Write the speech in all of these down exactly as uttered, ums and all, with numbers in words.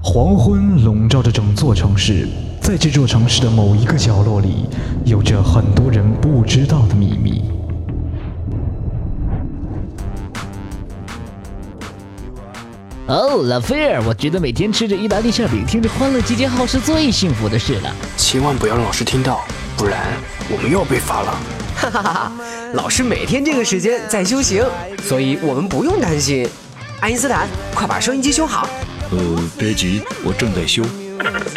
黄昏笼罩着整座城市，在这座城市的某一个角落里，有着很多人不知道的秘密。 哦，拉斐尔，我觉得每天吃着意大利馅饼，听着《欢乐集结号》是最幸福的事了。 千万不要让老师听到，不然我们又要被罚了。 哈哈哈哈！老师每天这个时间在修行，所以我们不用担心。爱因斯坦，快把收音机修好。 呃，别急，我正在修。 最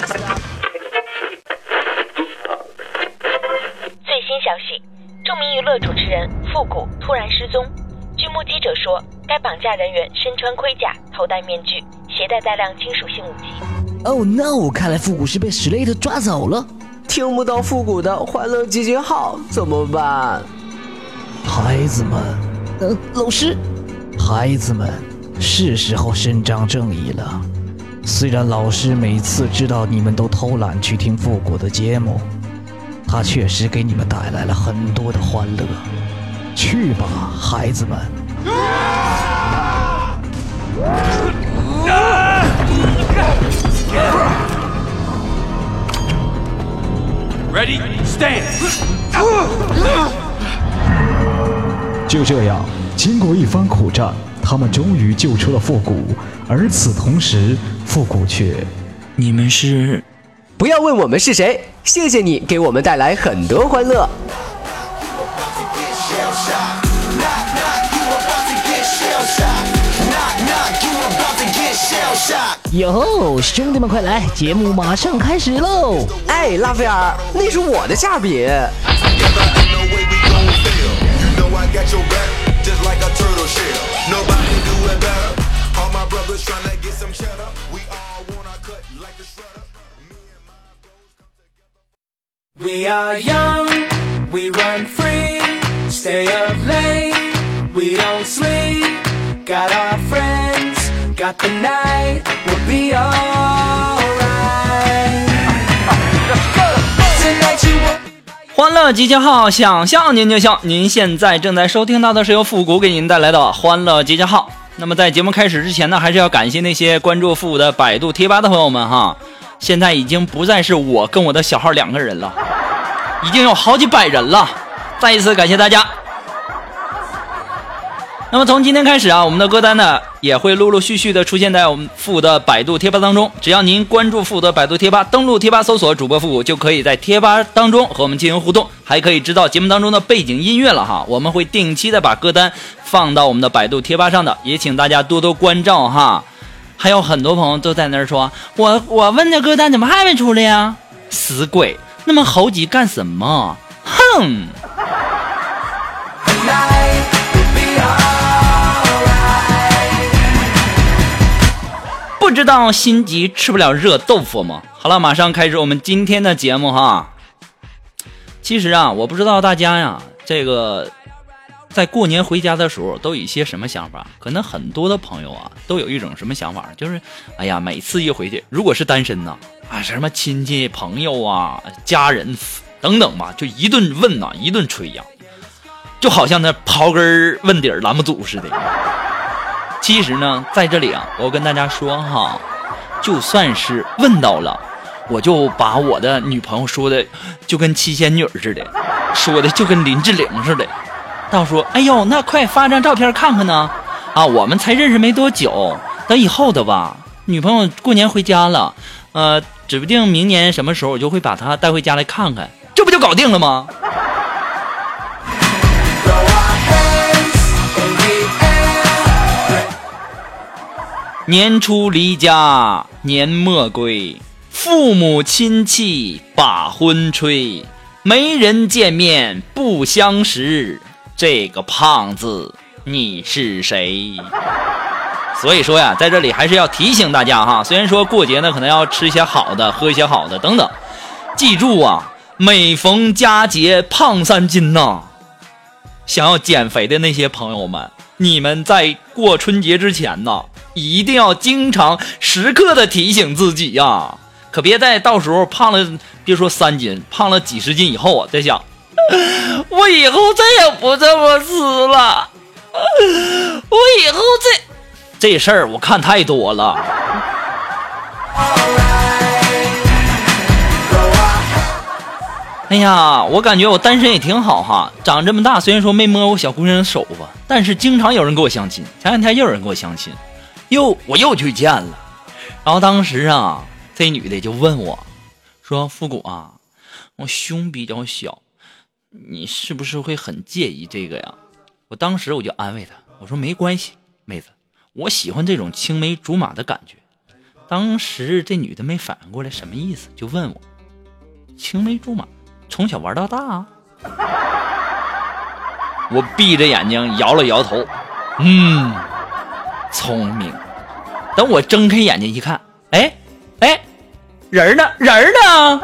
新消息，著名娱乐主持人复古突然失踪。据目击者说，该绑架人员身穿盔甲，头戴面具，携带大量金属性武器。 Oh no！ 看来复古是被史雷特抓走了。 听不到复古的欢乐集结号怎么办？ 孩子们，呃，老师，孩子们，是时候伸张正义了。虽然老师每次知道你们都偷懒去听复古的节目，他确实给你们带来了很多的欢乐。去吧，孩子们。 Ready, stand. 就这样，经过一番苦战，他们终于救出了复古。而此同时，复古却…… 你们是？ 不要问我们是谁，谢谢你给我们带来很多欢乐。 哟吼，兄弟们快来，节目马上开始喽！ 哎，拉斐尔，那是我的馅饼。 We are young, we run free, stay up late, we don't sleep, got our friends, got the night, we'll be alright. Tonight you will... 欢乐集结号，想笑您就笑。您现在正在收听到的是由复古给您带来的欢乐集结号。那么在节目开始之前呢，还是要感谢那些关注复古的百度贴吧的朋友们哈。现在已经不再是我跟我的小号两个人了，已经有好几百人了，再一次感谢大家。那么从今天开始啊，我们的歌单呢也会陆陆续续的出现在我们复古的百度贴吧当中。只要您关注复古的百度贴吧，登录贴吧搜索主播复古，就可以在贴吧当中和我们进行互动，还可以知道节目当中的背景音乐了哈。我们会定期的把歌单放到我们的百度贴吧上的，也请大家多多关照哈。还有很多朋友都在那儿说，我我问这歌单怎么还没出来呀？死鬼，那么猴急干什么？哼！不知道心急吃不了热豆腐吗？好了，马上开始我们今天的节目哈。其实啊，我不知道大家呀，这个在过年回家的时候都有一些什么想法？可能很多的朋友啊都有一种什么想法，就是哎呀，每次一回去，如果是单身呢，啊什么亲戚朋友啊、家人等等吧，就一顿问呐、啊，一顿吹呀、啊，就好像那刨根问底栏目组似的。其实呢，在这里啊，我跟大家说哈，就算是问到了，我就把我的女朋友说的就跟七仙女似的，说的就跟林志玲似的。到说，哎呦，那快发张照片看看呢！啊，我们才认识没多久，等以后的吧。女朋友过年回家了，呃，指不定明年什么时候我就会把她带回家来看看，这不就搞定了吗？年初离家年末归，父母亲戚把婚吹，没人见面不相识，这个胖子你是谁？所以说呀，在这里还是要提醒大家哈，虽然说过节呢可能要吃些好的，喝一些好的等等，记住啊，每逢佳节胖三斤呐。想要减肥的那些朋友们，你们在过春节之前呢，一定要经常时刻的提醒自己呀，可别在到时候胖了，别说三斤，胖了几十斤以后啊，再想我以后再也不这么吃了，我以后这这事儿我看太多了。 哎呀，我感觉我单身也挺好哈，长这么大虽然说没摸过小姑娘的手吧，但是经常有人给我相亲。前两天又有人给我相亲，又我又去见了。然后当时啊，这女的就问我说：“复古啊，我胸比较小，你是不是会很介意这个呀？”我当时我就安慰她，我说：“没关系，妹子，我喜欢这种青梅竹马的感觉。”当时这女的没反应过来什么意思，就问我：“青梅竹马，从小玩到大啊？”我闭着眼睛摇了摇头，嗯，聪明。等我睁开眼睛一看，哎哎，人呢？人呢？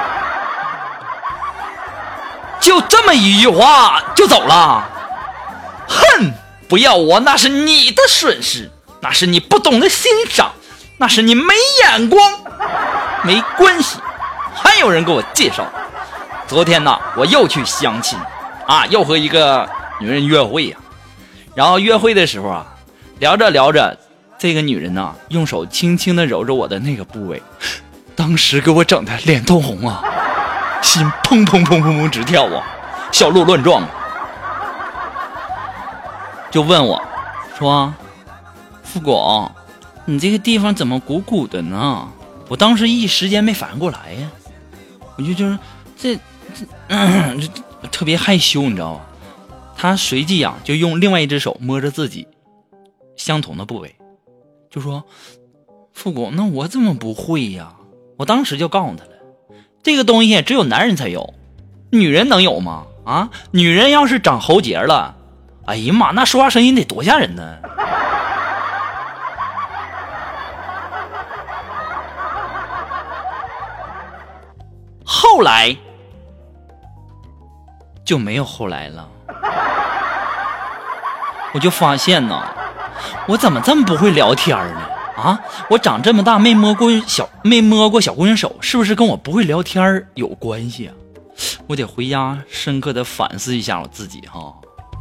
就这么一句话就走了。哼，不要我那是你的损失，那是你不懂得欣赏，那是你没眼光。没关系，还有人给我介绍。昨天呢，我又去相亲啊，又和一个女人约会呀、啊。然后约会的时候啊，聊着聊着，这个女人呢、啊，用手轻轻地揉着我的那个部位，当时给我整的脸通红啊，心砰砰砰砰砰直跳啊，小鹿乱撞。就问我说：“复古，你这个地方怎么鼓鼓的呢？”我当时一时间没反应过来呀，我就就是这这、嗯、这特别害羞，你知道吗？他随即啊就用另外一只手摸着自己相同的部位，就说：“复古，那我怎么不会呀？”我当时就告诉他了，这个东西只有男人才有，女人能有吗？啊，女人要是长喉结了，哎呀妈，那说话声音得多吓人呢！后来就没有后来了，我就发现呢，我怎么这么不会聊天呢？啊，我长这么大没摸过小没摸过小姑娘手，是不是跟我不会聊天有关系啊？我得回家深刻的反思一下我自己哈。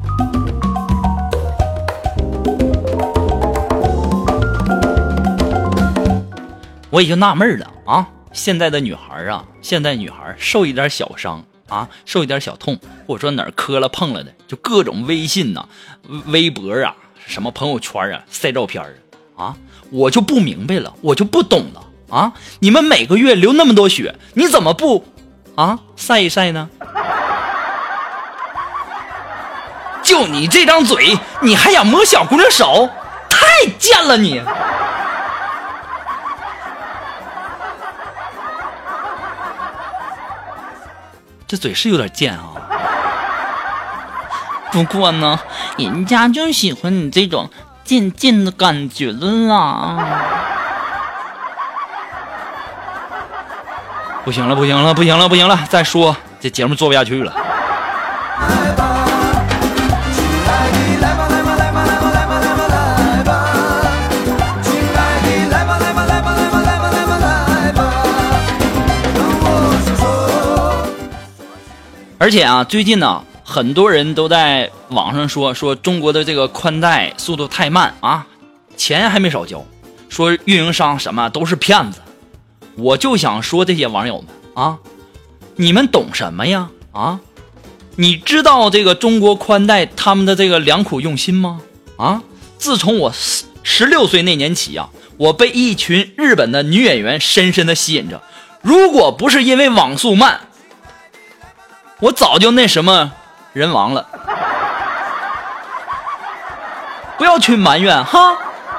我也就纳闷了啊，现在的女孩啊，现在女孩受一点小伤啊，受一点小痛，或者说哪儿磕了碰了的，就各种微信呐、啊、微博啊、什么朋友圈啊晒照片啊，我就不明白了，我就不懂了啊！你们每个月流那么多血，你怎么不啊晒一晒呢？就你这张嘴，你还想摸小姑娘手，太贱了你！这嘴是有点贱啊，不过呢，人家就喜欢你这种贱贱的感觉啦。不行了，不行了，不行了，不行了，再说这节目做不下去了。而且啊，最近呢，很多人都在网上说说中国的这个宽带速度太慢啊，钱还没少交，说运营商什么都是骗子。我就想说这些网友们啊，你们懂什么呀？啊，你知道这个中国宽带他们的这个良苦用心吗？啊，自从我十六岁那年起啊，我被一群日本的女演员深深的吸引着。如果不是因为网速慢，我早就那什么人亡了。不要去埋怨哈。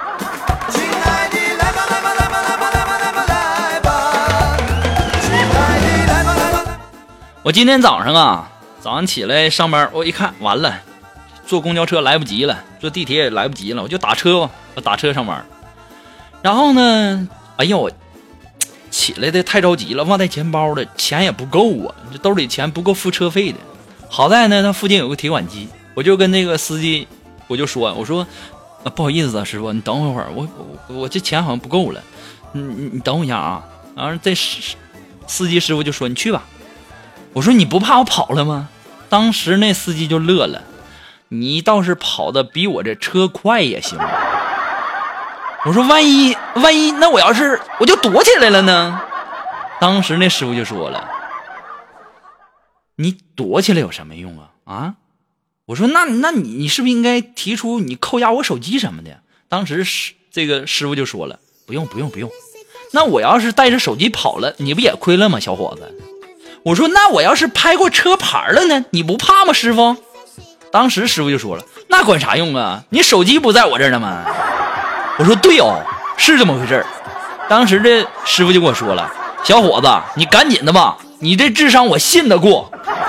我今天早上啊，早上起来上班，我一看完了，坐公交车来不及了，坐地铁也来不及了，我就打车吧，我打车上班。然后呢，哎呀，我起来的太着急了，忘带钱包了，钱也不够啊，这兜里钱不够付车费的。好在呢，他附近有个提款机，我就跟那个司机，我就说，我说、啊、不好意思啊，师傅，你等我会儿，我我我这钱好像不够了，你你你等我一下啊。然后这司机师傅就说，你去吧。我说你不怕我跑了吗？当时那司机就乐了，你倒是跑的比我这车快也行。我说万一万一那我要是我就躲起来了呢？当时那师傅就说了， 你躲起来有什么用啊？啊？我说那那你你是不是应该提出你扣押我手机什么的？当时师这个师傅就说了，不用不用不用。那我要是带着手机跑了，你不也亏了吗，小伙子？我说那我要是拍过车牌了呢，你不怕吗，师傅？当时师傅就说了，那管啥用啊？你手机不在我这儿呢吗？我说对哦，是这么回事儿。当时这师傅就跟我说了，小伙子，你赶紧的吧，你这智商我信得过。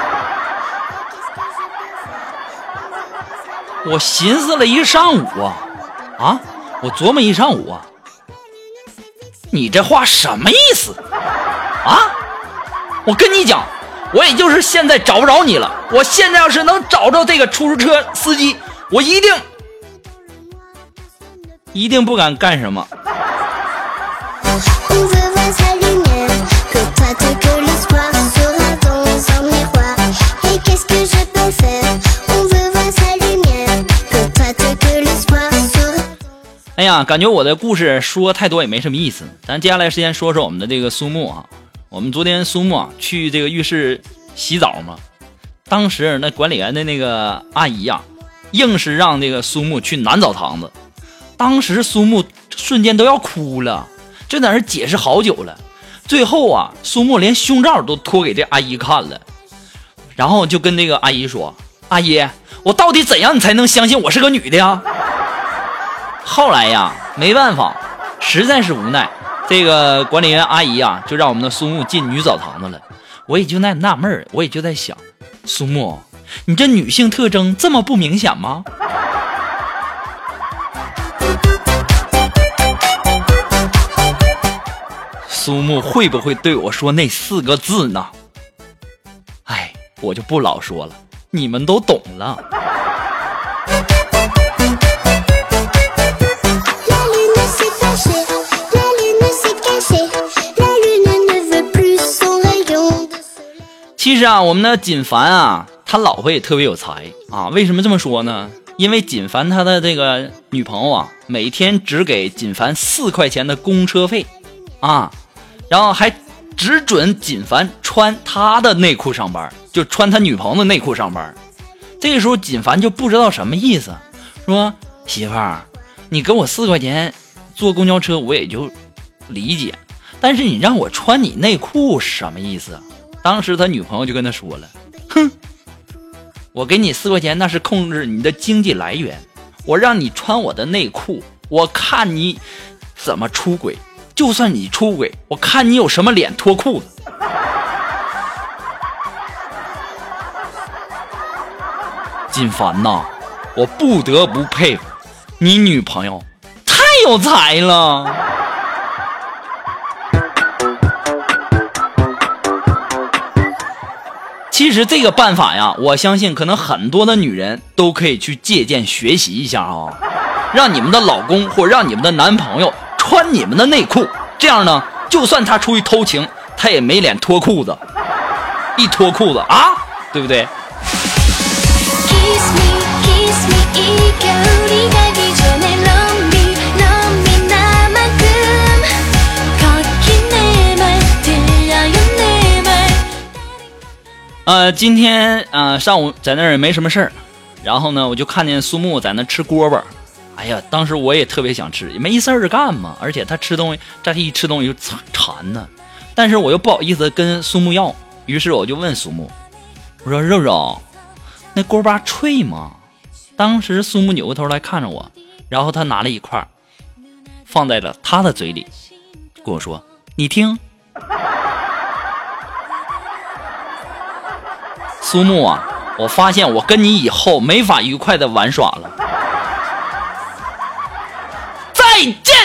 我寻思了一上午啊，啊，我琢磨一上午啊，你这话什么意思啊？我跟你讲，我也就是现在找不着你了，我现在要是能找着这个出租车司机，我一定一定不敢干什么。哎呀，感觉我的故事说太多也没什么意思，咱接下来时间说说我们的这个苏木啊。我们昨天苏木啊去这个浴室洗澡嘛，当时那管理员的那个阿姨啊，硬是让这个苏木去男澡堂子。当时苏木瞬间都要哭了，就在那解释好久了。最后啊，苏木连胸罩都脱给这阿姨看了，然后就跟那个阿姨说：“阿姨，我到底怎样你才能相信我是个女的呀？”后来呀，没办法，实在是无奈，这个管理员阿姨啊，就让我们的苏木进女澡堂子了。我也就在纳闷儿，我也就在想，苏木，你这女性特征这么不明显吗？苏木会不会对我说那四个字呢？哎，我就不老说了，你们都懂了。其实啊，我们的锦凡啊，他老婆也特别有才啊。为什么这么说呢？因为锦凡他的这个女朋友啊，每天只给锦凡四块钱的公车费啊，然后还只准锦凡穿他的内裤上班，就穿他女朋友的内裤上班。这个时候锦凡就不知道什么意思，说媳妇儿，你给我四块钱坐公交车我也就理解，但是你让我穿你内裤什么意思啊？当时他女朋友就跟他说了，哼，我给你四块钱那是控制你的经济来源，我让你穿我的内裤，我看你怎么出轨，就算你出轨，我看你有什么脸脱裤子。锦凡呐，我不得不佩服你女朋友太有才了。其实这个办法呀，我相信可能很多的女人都可以去借鉴学习一下啊，让你们的老公或让你们的男朋友穿你们的内裤，这样呢，就算他出去偷情，他也没脸脱裤子。一脱裤子啊，对不对？呃，今天呃上午在那儿也没什么事儿，然后呢，我就看见苏木在那吃锅巴，哎呀，当时我也特别想吃，也没事儿干嘛，而且他吃东西，这一吃东西就馋呢，但是我又不好意思跟苏木要，于是我就问苏木，我说肉肉，那锅巴脆吗？当时苏木扭过头来看着我，然后他拿了一块放在了他的嘴里，跟我说，你听。苏木啊，我发现我跟你以后没法愉快的玩耍了，再见。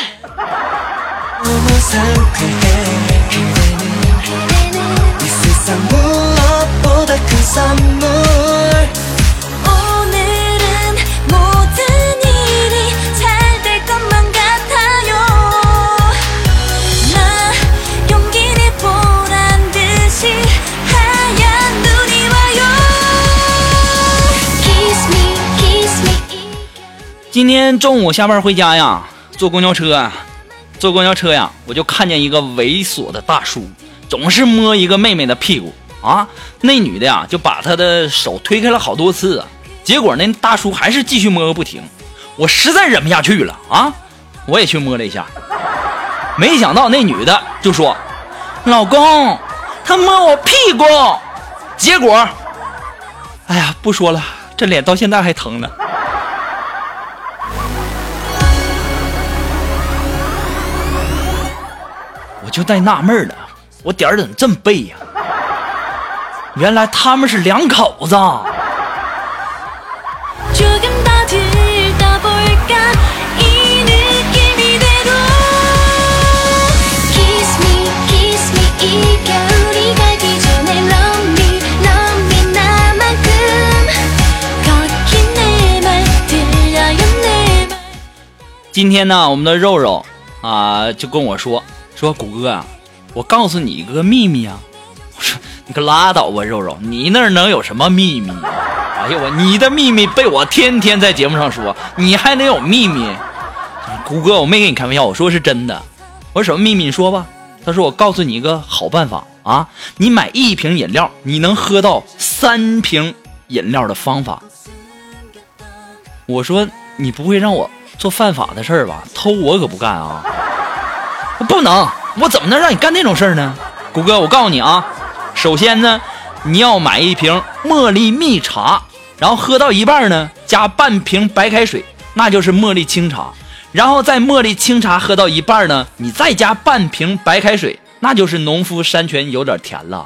今天中午下班回家呀，坐公交车啊，坐公交车呀，我就看见一个猥琐的大叔，总是摸一个妹妹的屁股。 啊，那女的呀就把他的手推开了好多次啊，结果那大叔还是继续摸个不停。我实在忍不下去了啊，我也去摸了一下，没想到那女的就说：“老公，他摸我屁股。”结果，哎呀，不说了，这脸到现在还疼呢。我就在纳闷了，我点儿怎么这么背呀？原来他们是两口子。今天呢，我们的肉肉啊就跟我说说谷哥啊，我告诉你一个秘密啊。我说你可拉倒吧，肉肉，你那儿能有什么秘密？哎呦我，你的秘密被我天天在节目上说，你还能有秘密？谷哥，我没跟你开玩笑，我说是真的。我说什么秘密？你说吧。他说我告诉你一个好办法啊，你买一瓶饮料，你能喝到三瓶饮料的方法。我说你不会让我做犯法的事儿吧？偷我可不干啊！不能，我怎么能让你干那种事儿呢？谷哥，我告诉你啊，首先呢，你要买一瓶茉莉蜜茶，然后喝到一半呢，加半瓶白开水，那就是茉莉清茶。然后在茉莉清茶喝到一半呢，你再加半瓶白开水，那就是农夫山泉有点甜了。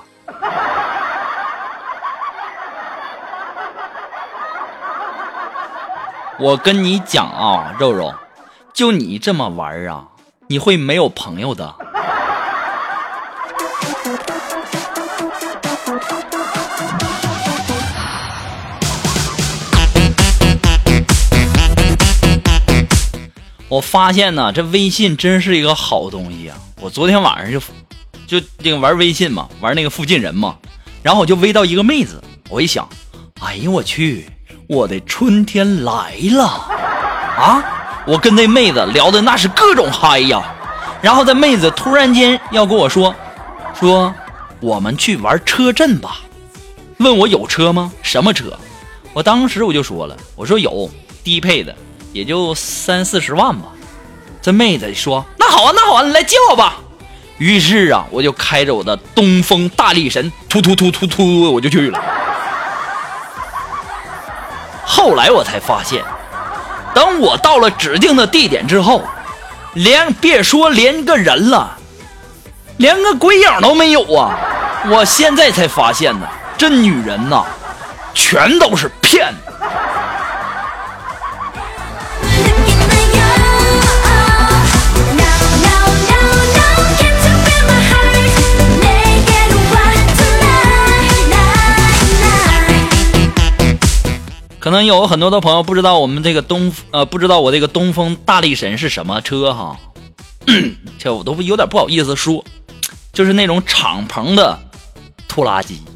我跟你讲啊，肉肉，就你这么玩啊，你会没有朋友的。我发现呢，这微信真是一个好东西啊！我昨天晚上就就这个玩微信嘛，玩那个附近人嘛，然后我就微到一个妹子，我一想，哎呦我去，我的春天来了啊！我跟那妹子聊的那是各种嗨呀，然后这妹子突然间要跟我说说我们去玩车震吧，问我有车吗？什么车？我当时我就说了，我说有低配的，也就三四十万吧。这妹子说那好啊那好啊，你来接我吧。于是啊，我就开着我的东风大力神突突突突突我就去了。后来我才发现，等我到了指定的地点之后，连别说连个人了，连个鬼影都没有啊！我现在才发现呢，这女人呐，全都是骗子。可能有很多的朋友不知道我们这个东呃不知道我这个东风大力神是什么车哈，这我都有点不好意思说，就是那种敞篷的拖拉机。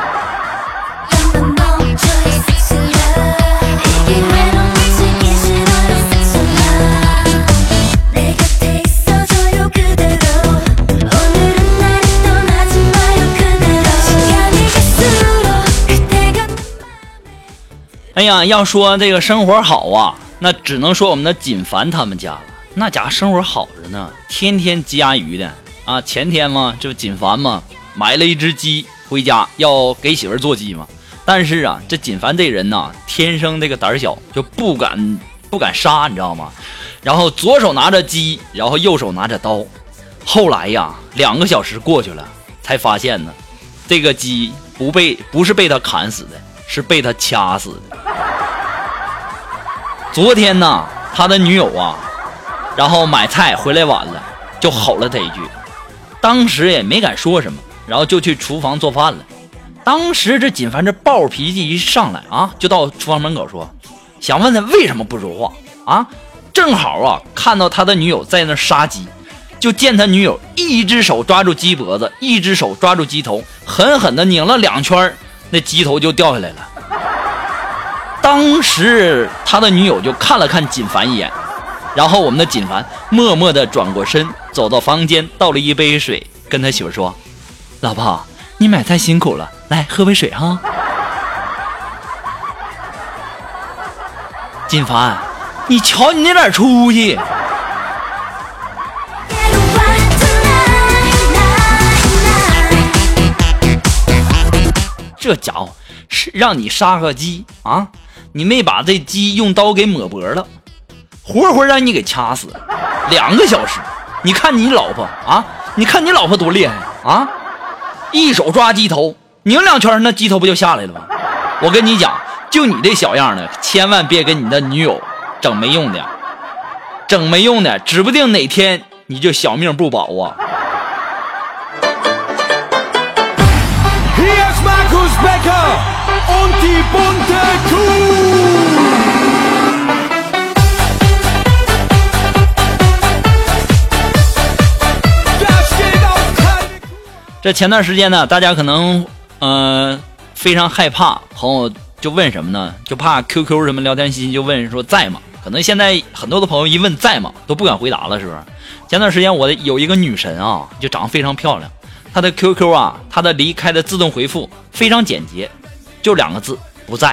哎呀，要说这个生活好啊，那只能说我们的锦凡他们家了。那家生活好着呢，天天鸡鸭鱼的啊。前天嘛，这锦凡嘛买了一只鸡回家，要给媳妇儿做鸡嘛。但是啊，这锦凡这人呐，天生这个胆小，就不敢不敢杀，你知道吗？然后左手拿着鸡，然后右手拿着刀。后来呀，两个小时过去了，才发现呢，这个鸡不被不是被他砍死的，是被他掐死的。昨天呢，他的女友啊，然后买菜回来晚了，就吼了他一句，当时也没敢说什么，然后就去厨房做饭了。当时这锦凡这暴脾气一上来啊，就到厨房门口说，想问他为什么不说话啊？正好啊，看到他的女友在那杀鸡，就见他女友一只手抓住鸡脖子，一只手抓住鸡头，狠狠地拧了两圈，那鸡头就掉下来了。当时他的女友就看了看锦凡一眼，然后我们的锦凡默默地转过身，走到房间，倒了一杯水，跟他媳妇说，老婆， 你买菜辛苦了，来喝杯水哈。金凡，你瞧你那点出息。这家伙是让你杀个鸡啊，你没把这鸡用刀给抹脖了，活活让你给掐死，两个小时。你看你老婆啊，你看你老婆多厉害啊，一手抓鸡头，拧两圈那鸡头不就下来了吗？我跟你讲，就你这小样的，千万别跟你的女友整没用的，整没用的，指不定哪天你就小命不保啊。这前段时间呢，大家可能呃非常害怕，朋友就问什么呢？就怕 Q Q 什么聊天信息就问说在吗？可能现在很多的朋友一问在吗都不敢回答了，是不是？前段时间我的有一个女神啊，就长得非常漂亮，她的 Q Q 啊，她的离开的自动回复非常简洁，就两个字，不在。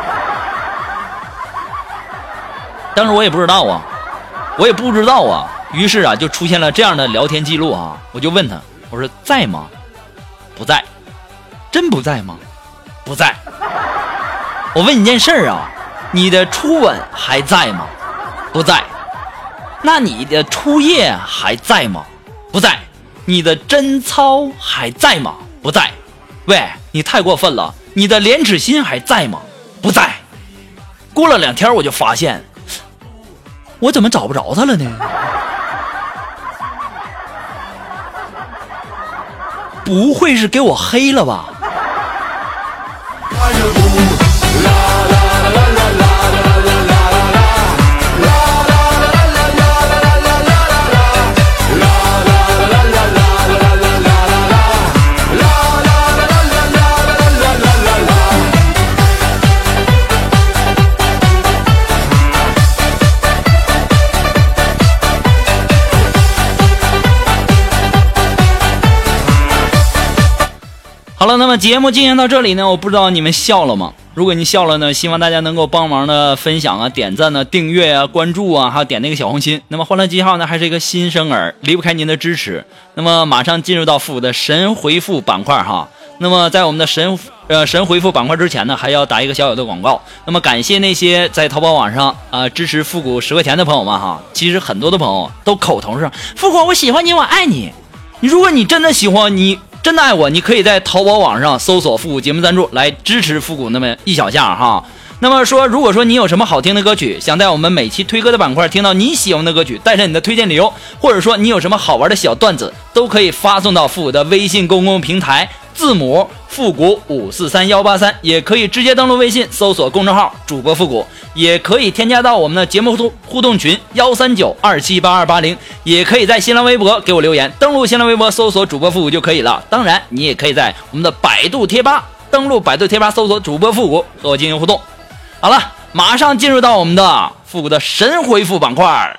当时我也不知道啊，我也不知道啊，于是啊就出现了这样的聊天记录啊，我就问她，我说在吗？不在。真不在吗？不在。我问你件事儿啊，你的初吻还在吗？不在。那你的初夜还在吗？不在。你的贞操还在吗？不在。喂，你太过分了，你的廉耻心还在吗？不在。过了两天我就发现，我怎么找不着他了呢？不会是给我黑了吧？好了，那么节目进行到这里呢，我不知道你们笑了吗？如果你笑了呢，希望大家能够帮忙的分享啊、点赞啊、订阅啊、关注啊，还有点那个小红心。那么欢乐记号呢，还是一个新生儿，离不开您的支持。那么马上进入到复古的神回复板块哈。那么在我们的神呃神回复板块之前呢，还要打一个小小的广告。那么感谢那些在淘宝网上啊、呃、支持复古十块钱的朋友们哈。其实很多的朋友都口头上复古我喜欢你，我爱你。你如果你真的喜欢你。真的爱我，你可以在淘宝网上搜索复古节目赞助来支持复古那么一小下哈。那么说，如果说你有什么好听的歌曲，想在我们每期推歌的板块听到你喜欢的歌曲，带上你的推荐理由，或者说你有什么好玩的小段子，都可以发送到复古的微信公共平台，字母复古五四三一八三，也可以直接登录微信搜索公众号主播复古，也可以添加到我们的节目互动群幺三九二七八二八零，也可以在新浪微博给我留言，登录新浪微博搜索主播复古就可以了。当然你也可以在我们的百度贴吧登录百度贴吧搜索主播复古和我进行互动。好了，马上进入到我们的复古的神回复板块。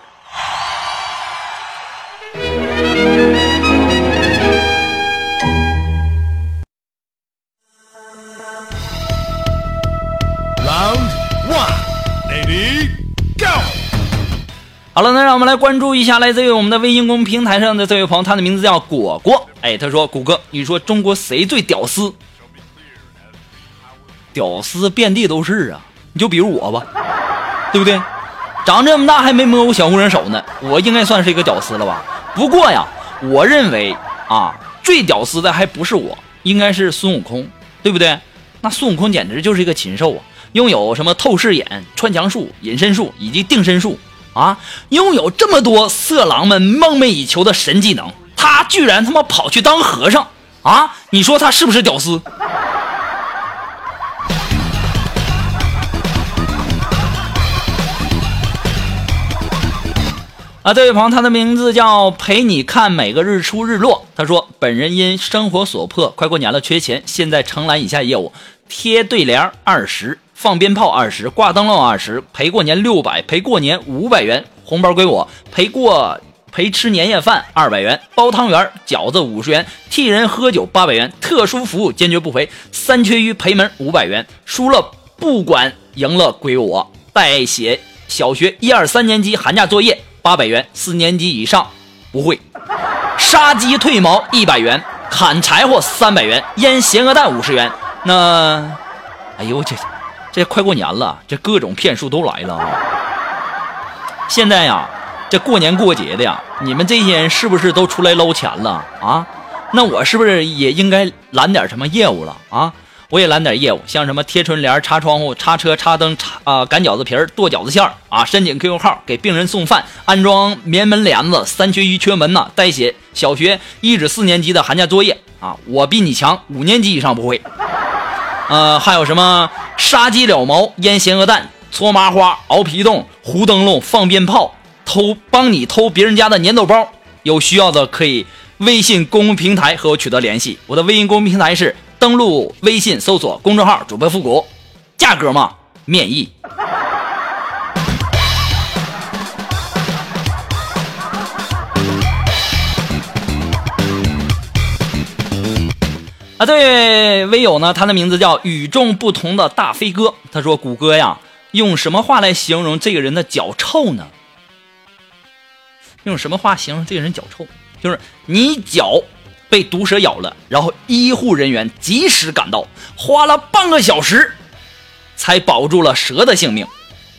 好了，那让我们来关注一下来自于我们的微信公平台上的这位朋友，他的名字叫果果。哎，他说：“谷歌，你说中国谁最屌丝？屌丝遍地都是啊，你就比如我吧，对不对？长这么大还没摸过小姑娘手呢，我应该算是一个屌丝了吧？不过呀，我认为啊，最屌丝的还不是我，应该是孙悟空，对不对？那孙悟空简直就是一个禽兽啊，拥有什么透视眼、穿墙术、隐身术以及定身术。”啊，拥有这么多色狼们梦寐以求的神技能，他居然他妈跑去当和尚啊！你说他是不是屌丝？啊，这位朋友，他的名字叫陪你看每个日出日落。他说，本人因生活所迫，快过年了缺钱，现在承揽以下业务：贴对联二十。放鞭炮二十，挂灯笼二十，陪过年六百，陪过年五百元，红包归我，陪过陪吃年夜饭二百元，包汤圆饺子五十元，替人喝酒八百元，特殊服务坚决不赔，三缺一赔门五百元，输了不管赢了归我，代写小学一二三年级寒假作业八百元，四年级以上不会，杀鸡褪毛一百元，砍柴火三百元，腌咸鹅蛋五十元。那哎呦这这快过年了，这各种骗术都来了啊！现在呀，这过年过节的呀，你们这些人是不是都出来捞钱了啊？那我是不是也应该揽点什么业务了啊？我也揽点业务，像什么贴春联、擦窗户、擦车、擦灯、擦啊、呃、擀饺子皮儿、剁饺子馅儿啊，申请 Q Q 号给病人送饭，安装棉门帘子，三缺一缺门呐，代写小学一至四年级的寒假作业啊，我比你强，五年级以上不会。呃，还有什么杀鸡了毛、腌咸鹅蛋、搓麻花、熬皮冻、糊灯笼、放鞭炮、偷帮你偷别人家的粘豆包，有需要的可以微信公众平台和我取得联系。我的微信公众平台是登录微信搜索公众号主播复古，价格嘛面议。啊，对，微友呢，他的名字叫与众不同的大飞哥。他说：“谷歌呀，用什么话来形容这个人的脚臭呢？用什么话形容这个人脚臭？就是你脚被毒蛇咬了，然后医护人员及时赶到，花了半个小时才保住了蛇的性命。”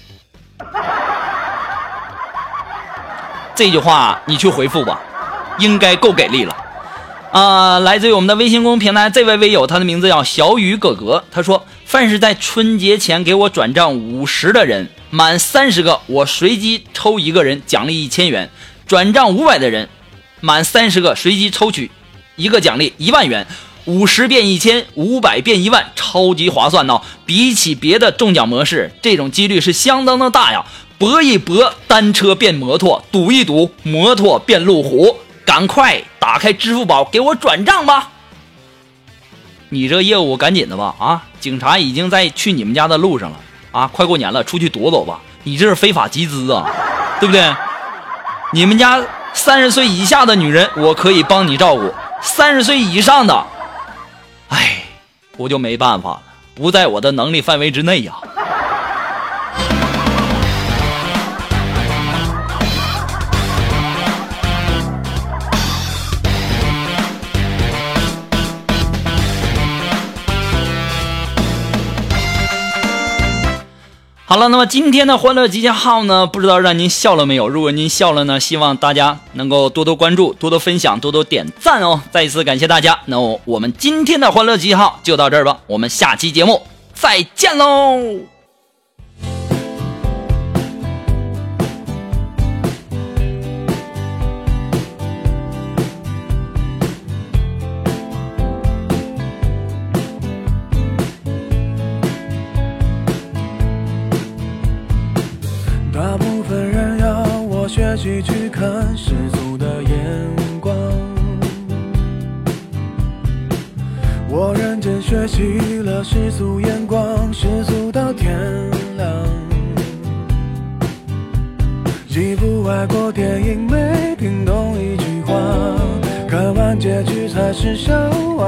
这句话你去回复吧，应该够给力了。啊、呃，来自于我们的微信公众平台，这位微友他的名字叫小雨哥哥，他说：“凡是在春节前给我转账五十的人，满三十个我随机抽一个人奖励一千元；转账五百的人，满三十个随机抽取一个奖励一万元。五十变一千，五百变一万，超级划算呢！比起别的中奖模式，这种几率是相当的大呀！搏一搏，单车变摩托；赌一赌，摩托变路虎。赶快打开支付宝给我转账吧！你这业务赶紧的吧啊！警察已经在去你们家的路上了啊！快过年了，出去躲躲吧！你这是非法集资啊，对不对？你们家三十岁以下的女人我可以帮你照顾，三十岁以上的，哎，我就没办法了，不在我的能力范围之内呀。好了，那么今天的欢乐集结号呢，不知道让您笑了没有？如果您笑了呢，希望大家能够多多关注，多多分享，多多点赞哦。再一次感谢大家，那我们今天的欢乐集结号就到这儿吧，我们下期节目再见喽。 大部分人要我学习去看世俗的眼光，我认真学习了世俗眼光，世俗到天亮。几部外国电影没听懂一句话，看完结局才是笑话。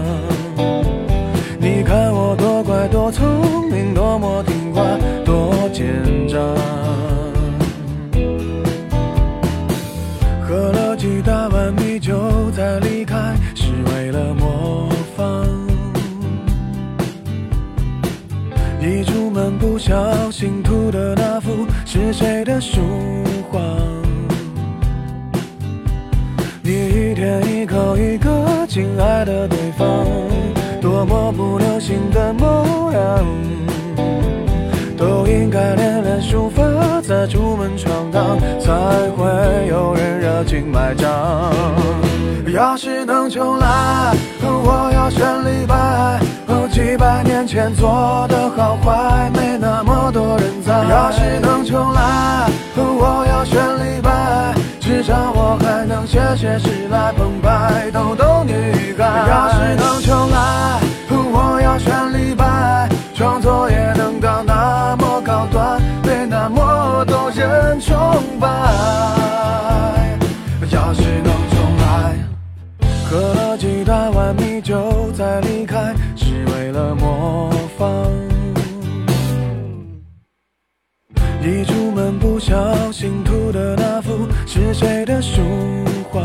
你看我多乖多聪明，多么听话，多奸诈。喝了几大碗米酒才离开，是为了模仿。一出门不小心涂的那幅是谁的书画？你一天一口一个亲爱的对方，多么不流行的模样，都应该练练书法，再出门闯荡，才会有人热情买账。要是能重来，我要选李白，几百年前做的好坏，没那么多人在。要是能重来，我要选李白，至少我还能写写诗来澎湃，逗逗女孩。要是能重来，我要选李白，创作也能到那么高端，被那么多人崇拜。 你就在离开，是为了模仿。一出门不小心涂的那幅是谁的书画？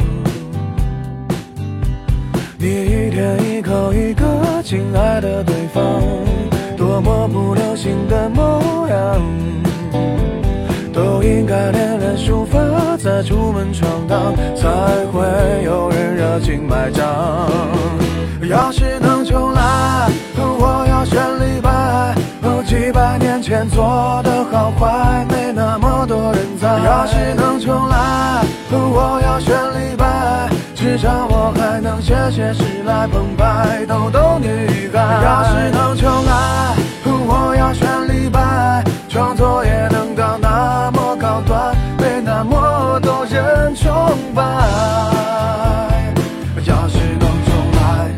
你一天一口一个亲爱的对方，多么不流行的模样，都应该练练书法，再出门闯荡，才会有人热情买账。要是能重来，我要选李白，几百年前做的好坏，没那么多人在。要是能重来，我要选李白，至少我还能写写诗来澎湃，逗逗女孩。要是能重来，我要选李白，创作也能到那么高端，被那么多人崇拜。要是能重来。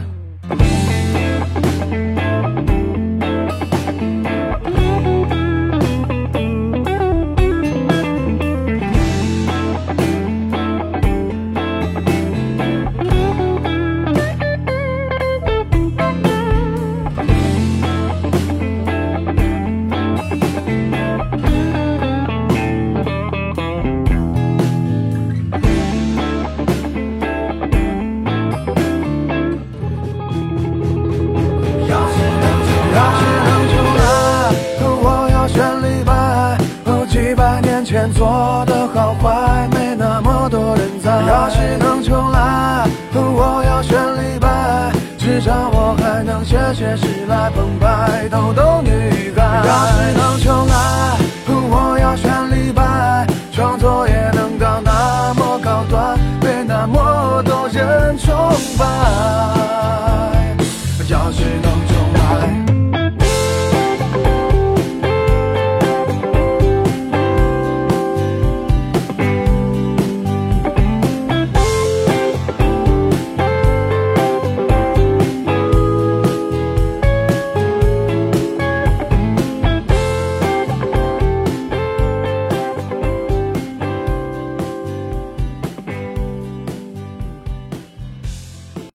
前做的好坏，没那么多人在。要是能重来，我要选李白，至少我还能写写诗来澎湃，逗逗女孩。要是能重来，我要选李白，创作也能到那么高端，被那么多人崇拜。